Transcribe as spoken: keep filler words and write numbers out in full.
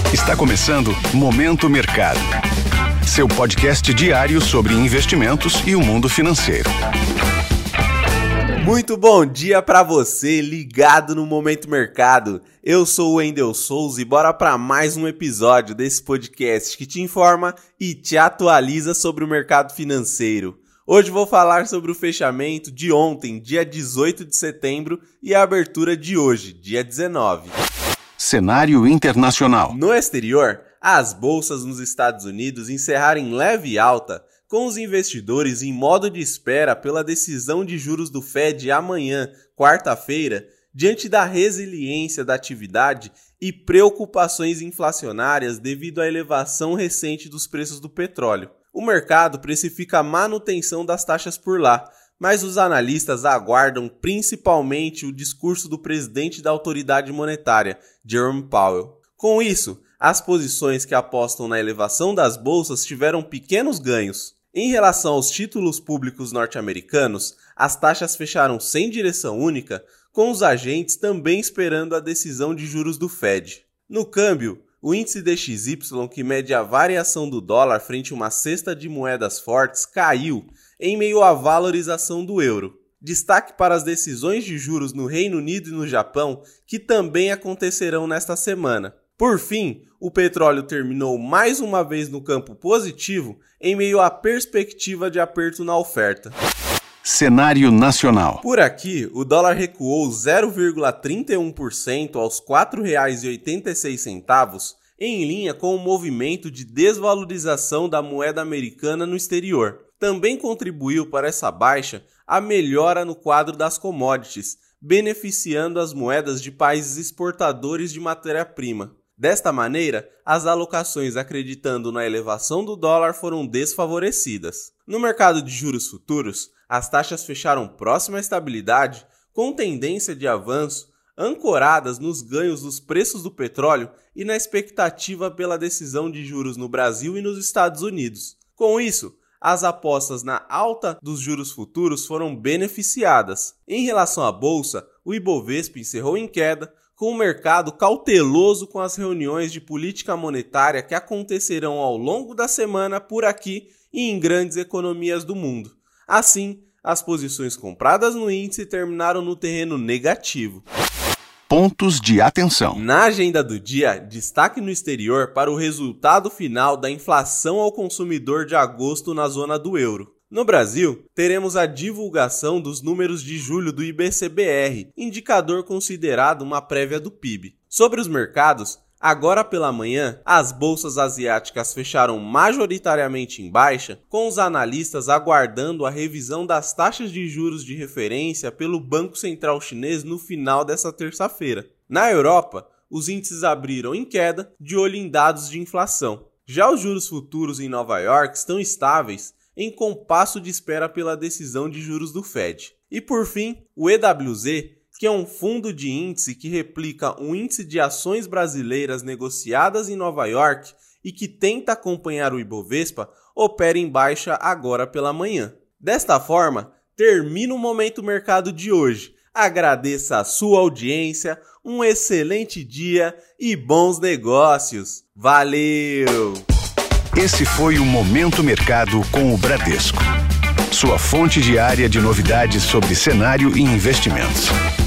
Está começando Momento Mercado, seu podcast diário sobre investimentos e o mundo financeiro. Muito bom dia para você ligado no Momento Mercado. Eu sou o Wendel Souza e bora para mais um episódio desse podcast que te informa e te atualiza sobre o mercado financeiro. Hoje vou falar sobre o fechamento de ontem, dia dezoito de setembro, e a abertura de hoje, dia dezenove. Cenário internacional. No exterior, as bolsas nos Estados Unidos encerraram em leve alta, com os investidores em modo de espera pela decisão de juros do Fed amanhã, quarta-feira, diante da resiliência da atividade e preocupações inflacionárias devido à elevação recente dos preços do petróleo. O mercado precifica a manutenção das taxas por lá, mas os analistas aguardam principalmente o discurso do presidente da autoridade monetária, Jerome Powell. Com isso, as posições que apostam na elevação das bolsas tiveram pequenos ganhos. Em relação aos títulos públicos norte-americanos, as taxas fecharam sem direção única, com os agentes também esperando a decisão de juros do Fed. No câmbio, o índice D X Y, que mede a variação do dólar frente a uma cesta de moedas fortes, caiu em meio à valorização do euro. Destaque para as decisões de juros no Reino Unido e no Japão, que também acontecerão nesta semana. Por fim, o petróleo terminou mais uma vez no campo positivo em meio à perspectiva de aperto na oferta. Cenário nacional. Por aqui, o dólar recuou zero vírgula trinta e um por cento aos quatro reais e oitenta e seis centavos, em linha com o movimento de desvalorização da moeda americana no exterior. Também contribuiu para essa baixa a melhora no quadro das commodities, beneficiando as moedas de países exportadores de matéria-prima. Desta maneira, as alocações acreditando na elevação do dólar foram desfavorecidas. No mercado de juros futuros, as taxas fecharam próxima à estabilidade, com tendência de avanço, ancoradas nos ganhos dos preços do petróleo e na expectativa pela decisão de juros no Brasil e nos Estados Unidos. Com isso, as apostas na alta dos juros futuros foram beneficiadas. Em relação à bolsa, o Ibovespa encerrou em queda, com o mercado cauteloso com as reuniões de política monetária que acontecerão ao longo da semana por aqui e em grandes economias do mundo. Assim, as posições compradas no índice terminaram no terreno negativo. Pontos de atenção. Na agenda do dia, destaque no exterior para o resultado final da inflação ao consumidor de agosto na zona do euro. No Brasil, teremos a divulgação dos números de julho do I B C B R, indicador considerado uma prévia do P I B. Sobre os mercados, agora pela manhã, as bolsas asiáticas fecharam majoritariamente em baixa, com os analistas aguardando a revisão das taxas de juros de referência pelo Banco Central Chinês no final desta terça-feira. Na Europa, os índices abriram em queda, de olho em dados de inflação. Já os juros futuros em Nova York estão estáveis, em compasso de espera pela decisão de juros do Fed. E por fim, o E W Z, que é um fundo de índice que replica um índice de ações brasileiras negociadas em Nova York e que tenta acompanhar o Ibovespa, opera em baixa agora pela manhã. Desta forma, termina o Momento Mercado de hoje. Agradeço a sua audiência, um excelente dia e bons negócios. Valeu! Esse foi o Momento Mercado com o Bradesco, sua fonte diária de novidades sobre cenário e investimentos.